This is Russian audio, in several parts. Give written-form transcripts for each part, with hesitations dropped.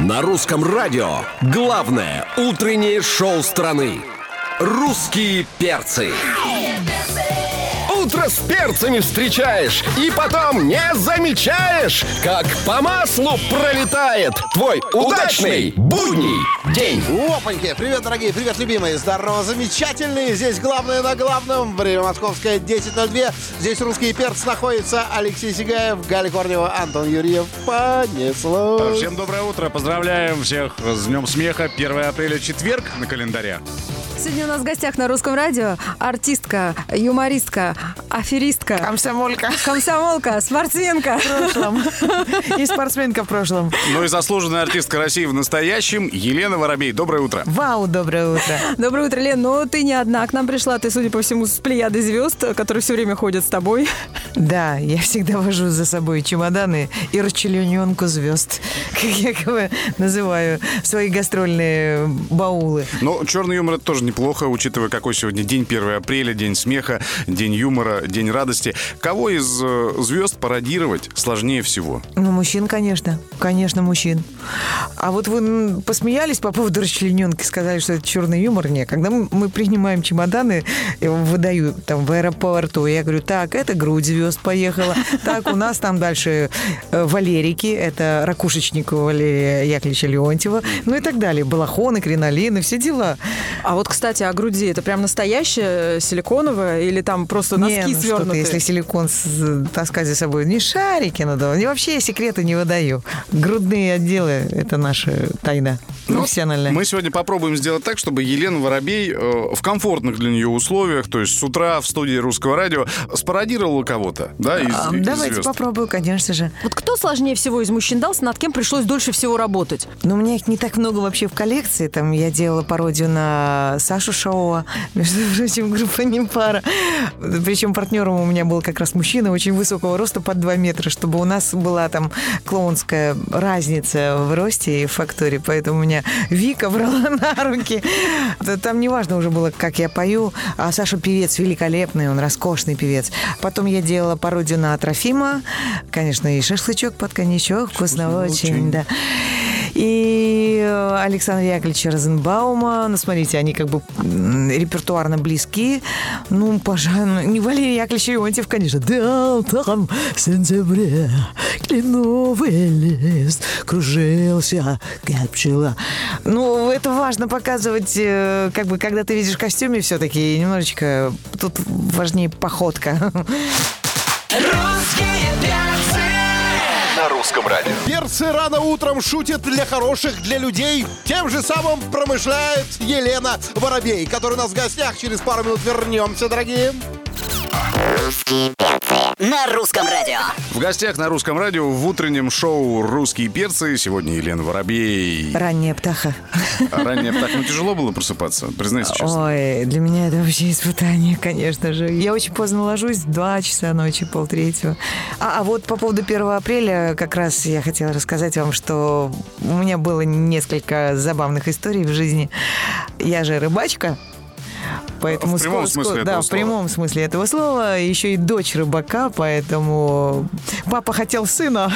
На русском радио главное утреннее шоу страны. «Русские перцы». Утро с перцами встречаешь и потом не замечаешь, как по маслу пролетает твой удачный будний день. Опаньки! Привет, дорогие, привет, любимые! Здорово, замечательные! Здесь главное на главном. Время московское 10:02. Здесь «Русские перцы» находится Алексей Сигаев, Галя Корнева, Антон Юрьев. Понеслось! Всем доброе утро. Поздравляем всех с Днем смеха. 1 апреля, четверг на календаре. Сегодня у нас в гостях на русском радио артистка, юмористка, аферистка. Комсомолка, спортсменка. В прошлом. И спортсменка в прошлом. Ну и заслуженная артистка России в настоящем Елена Воробей. Доброе утро. Вау, доброе утро. Доброе утро, Лен. Ну, ты не одна к нам пришла. Ты, судя по всему, с плеядой звезд, которые все время ходят с тобой. Да, я всегда вожу за собой чемоданы и расчлененку звезд, как я называю свои гастрольные баулы. Но черный юмор — это тоже неплохо, учитывая, какой сегодня день, 1 апреля, день смеха, день юмора, день радости. Кого из звезд пародировать сложнее всего? Ну, мужчин, конечно. Конечно, мужчин. А вот вы посмеялись по поводу расчлененки, сказали, что это черный юмор. Нет, когда мы принимаем чемоданы, выдаю там в аэропорту, я говорю, так, это грудь звезд поехала. Так, у нас там дальше Валерики, это Ракушечникова Валерия Яковлевича Леонтьева, ну и так далее. Балахоны, кринолины, все дела. А вот, кстати, о груди. Это прям настоящая силиконовая или там просто носки свернутые? Если силикон таскать за собой, не шарики надо. И вообще я секреты не выдаю. Грудные отделы — это наша тайна профессиональная. Мы сегодня попробуем сделать так, чтобы Елена Воробей в комфортных для нее условиях, то есть с утра в студии Русского радио, спародировала кого-то, да, из Давайте звезд. попробую, конечно же. Вот кто сложнее всего из мужчин дался, над кем пришлось дольше всего работать? Но у меня их не так много вообще в коллекции. Там я делала пародию на Сашу Шоуа. Между прочим, группа «Не пара». Причем партнером у меня был как раз мужчина очень высокого роста, под 2 метра, чтобы у нас была там клоунская разница в росте и в факторе. Поэтому меня Вика брала на руки. Там неважно уже было, как я пою. А Саша певец великолепный, он роскошный певец. Потом я делала пародию на Трофима. Конечно, и шашлычок под коньячок. Вкусно очень, да. И Александра Яковлевича Розенбаума. Ну, смотрите, они как бы репертуарно близки. Ну, пожалуй, не Валерий Яковлевич Леонтьев, конечно. Да, там в сентябре кленовый лист кружился, как пчела. Ну, это важно показывать, как бы, когда ты видишь в костюме все-таки, немножечко тут важнее походка. Русские перцы на русском радио. Перцы рано утром шутят для хороших, для людей. Тем же самым промышляет Елена Воробей, которая у нас в гостях. Через пару минут вернемся, дорогие. «Русские перцы» на русском радио. В гостях на русском радио в утреннем шоу «Русские перцы» сегодня Елена Воробей. Ранняя птаха. Ранее так, тяжело было просыпаться, признайся честно. Ой, для меня это вообще испытание, конечно же. Я очень поздно ложусь, 2 часа ночи, 2:30. А вот по поводу 1 апреля как раз я хотела рассказать вам, что у меня было несколько забавных историй в жизни. Я же рыбачка. Поэтому в прямом смысле этого да, в прямом смысле этого слова. Еще и дочь рыбака, поэтому папа хотел сына,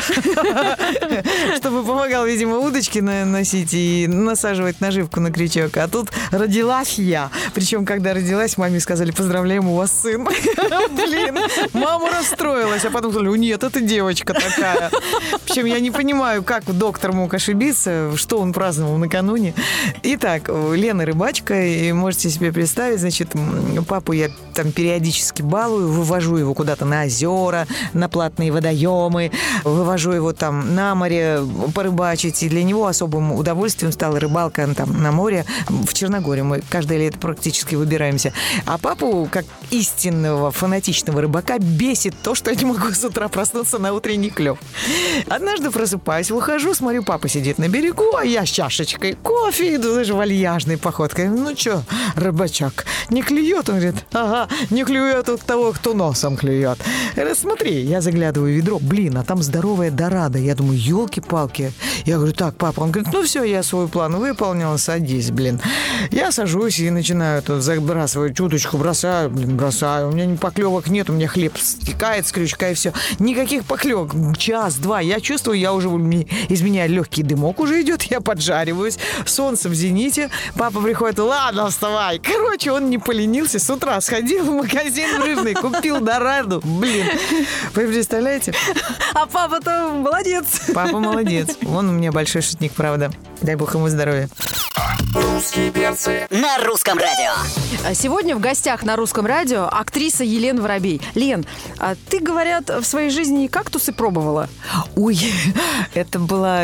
чтобы помогал, видимо, удочки носить и насаживать наживку на крючок. А тут родилась я. Причем, когда родилась, маме сказали: поздравляем, у вас сын. Блин, мама расстроилась, а потом сказали: нет, это девочка такая. Причем я не понимаю, как доктор мог ошибиться, что он праздновал накануне. Итак, Лена рыбачка, и можете себе представить, значит, папу я там периодически балую, вывожу его куда-то на озера, на платные водоемы, вывожу его там на море порыбачить, и для него особым удовольствием стала рыбалка там на море в Черногории. Мы каждое лето практически выбираемся. А папу, как истинного фанатичного рыбака, бесит то, что я не могу с утра проснуться на утренний клев. Однажды просыпаюсь, выхожу, смотрю, папа сидит на берегу, а я с чашечкой кофе иду, даже вальяжной походкой. Ну что, рыбачок, не клюет? Он говорит, ага, не клюет от того, кто носом клюет. Я говорю, смотри, я заглядываю в ведро, блин, а там здоровая дорада. Я думаю, елки-палки. Я говорю, так, папа, он говорит, ну все, я свой план выполнил, садись, блин. Я сажусь и начинаю тут забрасывать удочку, бросаю, у меня поклевок нет, у меня хлеб стекает с крючка и все. Никаких поклевок. Час-два. Я чувствую, я уже из меня легкий дымок уже идет, я поджариваюсь, солнце в зените. Папа приходит, ладно, вставай. Короче, он не поленился, с утра сходил в магазин рыбный, купил дораду. Блин, вы представляете? А папа-то молодец. Папа молодец. Он у меня большой шутник, правда. Дай бог ему здоровья. Русские перцы на русском радио. Сегодня в гостях на русском радио актриса Елена Воробей. Лен, а ты, говорят, в своей жизни кактусы пробовала? Ой, это была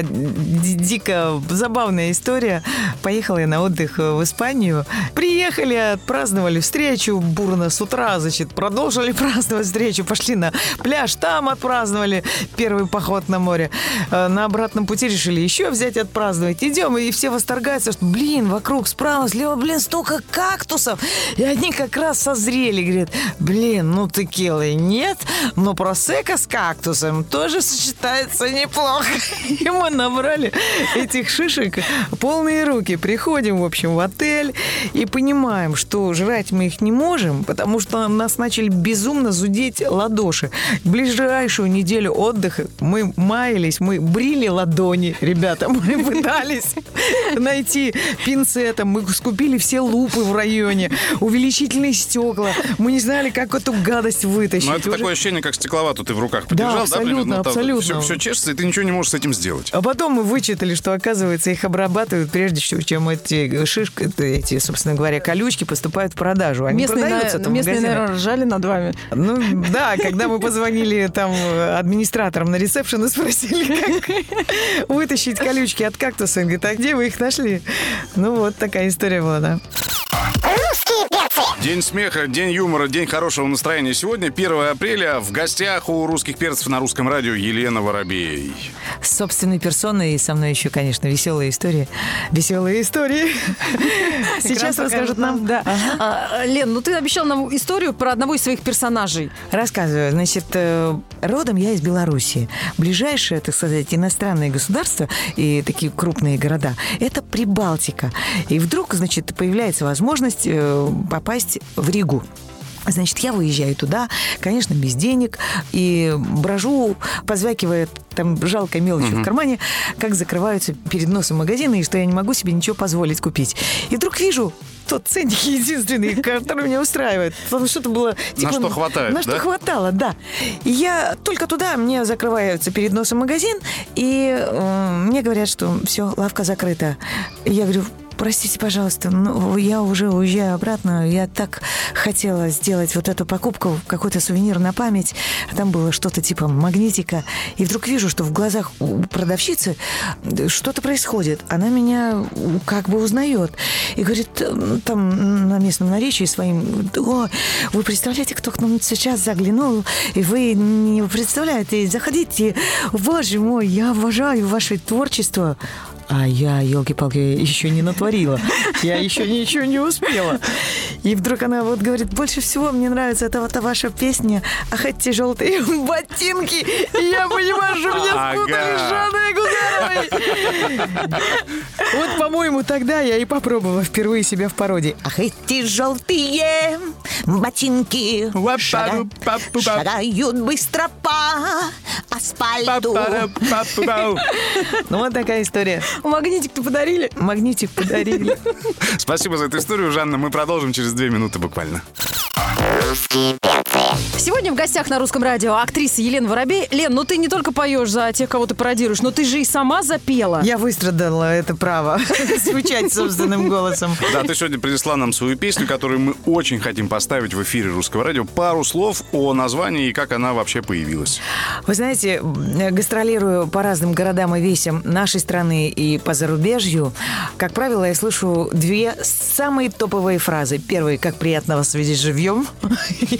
дико забавная история. Поехала я на отдых в Испанию. Приехали, отпраздновали встречу бурно с утра, значит, продолжили праздновать встречу. Пошли на пляж, там отпраздновали первый поход на море. На обратном пути решили еще взять отпраздновать. Идем, и все восторгаются, что, блин, вокруг справа, слева, блин, столько кактусов. И они как раз созрели. Говорят, блин, ну текилы нет, но просекко с кактусом тоже сочетается неплохо. И мы набрали этих шишек полные руки. Приходим, в общем, в отель и понимаем, что жрать мы их не можем, потому что нас начали безумно зудеть ладоши. Ближайшую неделю отдыха мы маялись, мы брили ладони, ребята, мы пытались найти пинцетом, мы скупили все лупы в районе, увеличительные стекла, мы не знали, как эту гадость вытащить. Ну, это такое ощущение, как стекловату ты в руках подержал, да? Абсолютно, абсолютно. Все чешется, и ты ничего не можешь с этим сделать. А потом мы вычитали, что, оказывается, их обрабатывают прежде, чем эти шишки, эти, собственно говоря, колючки поступают в продажу. Они продаются там в магазинах. Наверное, ржали над вами. Ну, да, когда мы позвонили там администраторам на ресепшн и спросили, как вытащить колючки от кактуса, он говорит, а где вы их нашли? Ну, вот такая история была, да. День смеха, день юмора, день хорошего настроения. Сегодня 1 апреля. В гостях у русских перцев на русском радио Елена Воробей. С собственной персоной и со мной еще, конечно, веселые истории. Веселые истории. Сейчас расскажут нам. Да. Лен, ну ты обещал нам историю про одного из своих персонажей. Рассказываю. Значит, родом я из Белоруссии. Ближайшее, так сказать, иностранное государство и такие крупные города – это Прибалтика. И вдруг, значит, появляется возможность попасть в Ригу. Значит, я выезжаю туда, конечно, без денег, и брожу, позвякивая там жалкой мелочью в кармане, как закрываются перед носом магазины, и что я не могу себе ничего позволить купить. И вдруг вижу тот ценник единственный, который меня устраивает. Потому что это было... Типа, на что хватает, на что хватало, да. И я только туда, мне закрывается перед носом магазин, и мне говорят, что все, лавка закрыта. И я говорю... Простите, пожалуйста, но я уже уезжаю обратно. Я так хотела сделать вот эту покупку, какой-то сувенир на память. Там было что-то типа магнитика. И вдруг вижу, что в глазах у продавщицы что-то происходит. Она меня как бы узнает. И говорит там на местном наречии своим: «О, вы представляете, кто к нам сейчас заглянул? И вы не представляете, заходите. Боже мой, я обожаю ваше творчество». А я, елки-палки, еще не натворила. Я еще ничего не успела. И вдруг она вот говорит: больше всего мне нравится эта вот ваша песня «Ах, эти желтые ботинки». И я понимаю, что меня спутали с Жанной Агударовой. Вот, по-моему, тогда я и попробовала впервые себя в пародии. «Ах, эти желтые ботинки шагают быстро по асфальту». Ну, вот такая история. Магнитик-то подарили? Магнитик подарили. Спасибо за эту историю, Жанна. Мы продолжим через 2 минуты буквально. Сегодня в гостях на русском радио актриса Елена Воробей. Лен, ну ты не только поешь за тех, кого ты пародируешь, но ты же и сама запела. Я выстрадала это право звучать собственным голосом. Да, ты сегодня принесла нам свою песню, которую мы очень хотим поставить в эфире русского радио. Пару слов о названии и как она вообще появилась. Вы знаете, гастролирую по разным городам и весям нашей страны и по зарубежью. Как правило, я слышу 2 самые топовые фразы. Первый: «Как приятно вас видеть живьем». И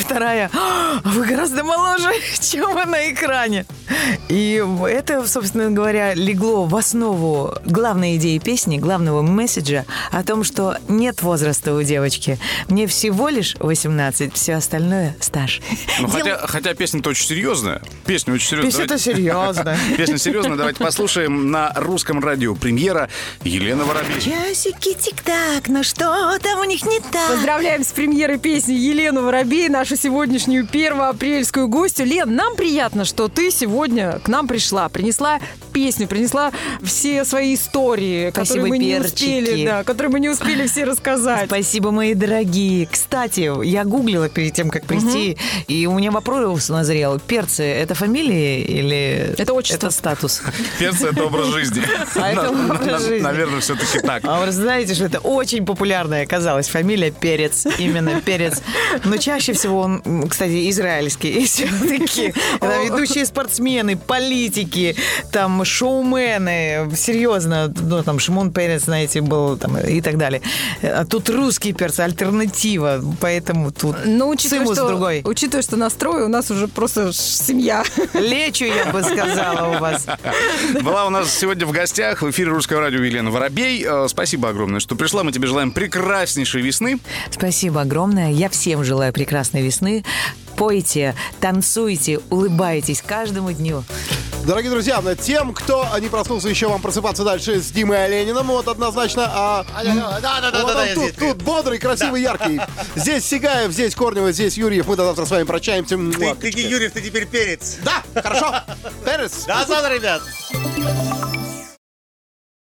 вторая: вы гораздо моложе, чем вы на экране. И это, собственно говоря, легло в основу главной идеи песни, главного месседжа о том, что нет возраста у девочки. Мне всего лишь 18, все остальное стаж. Ну, хотя песня-то очень серьезная. Песня очень серьезная. Песня-то серьезная. Песня серьезная. Давайте послушаем на русском радио премьера Елена Воробей. Часики тик-так, но что там у них не так? Поздравляем с премьерой песни Елену Воробей, нашу сегодняшнюю первоапрельскую гостью. Лен, нам приятно, что ты сегодня к нам пришла, принесла песню, принесла все свои истории, которые мы не успели, которые мы не успели все рассказать. Спасибо, мои дорогие. Кстати, я гуглила перед тем, как прийти, и у меня вопрос назрел. Перцы — это фамилия или это отчество? Это статус? Перцы — это образ жизни. Наверное, все-таки так. А вы знаете, что это очень популярная оказалась фамилия Перец. Именно Перец. Но чаще всего он, кстати, израильский. Все-таки ведущие спортсмены, политики, там шоумены. Серьезно. Ну, там Шимон Перец, знаете, был там, и так далее. А тут русский перец, альтернатива. Поэтому тут цимус другой. Учитывая, что настрой у нас уже просто семья. Лечу, я бы сказала, у вас. Была у нас сегодня в гостях в эфире Русского радио Елена Воробей. Спасибо огромное, что пришла. Мы тебе желаем прекраснейшей весны. Спасибо огромное. Я всем желаю прекрасной весны. Пойте, танцуйте, улыбайтесь каждому дню. Дорогие друзья, тем, кто не проснулся еще, вам просыпаться дальше с Димой Олениным. Вот однозначно. Тут бодрый, красивый, яркий. Здесь Сигаев, здесь Корнева, здесь Юрьев. Мы до завтра с вами прощаемся. Ты не Юрьев, ты теперь Перец. Да, хорошо. Перец. До завтра, ребят.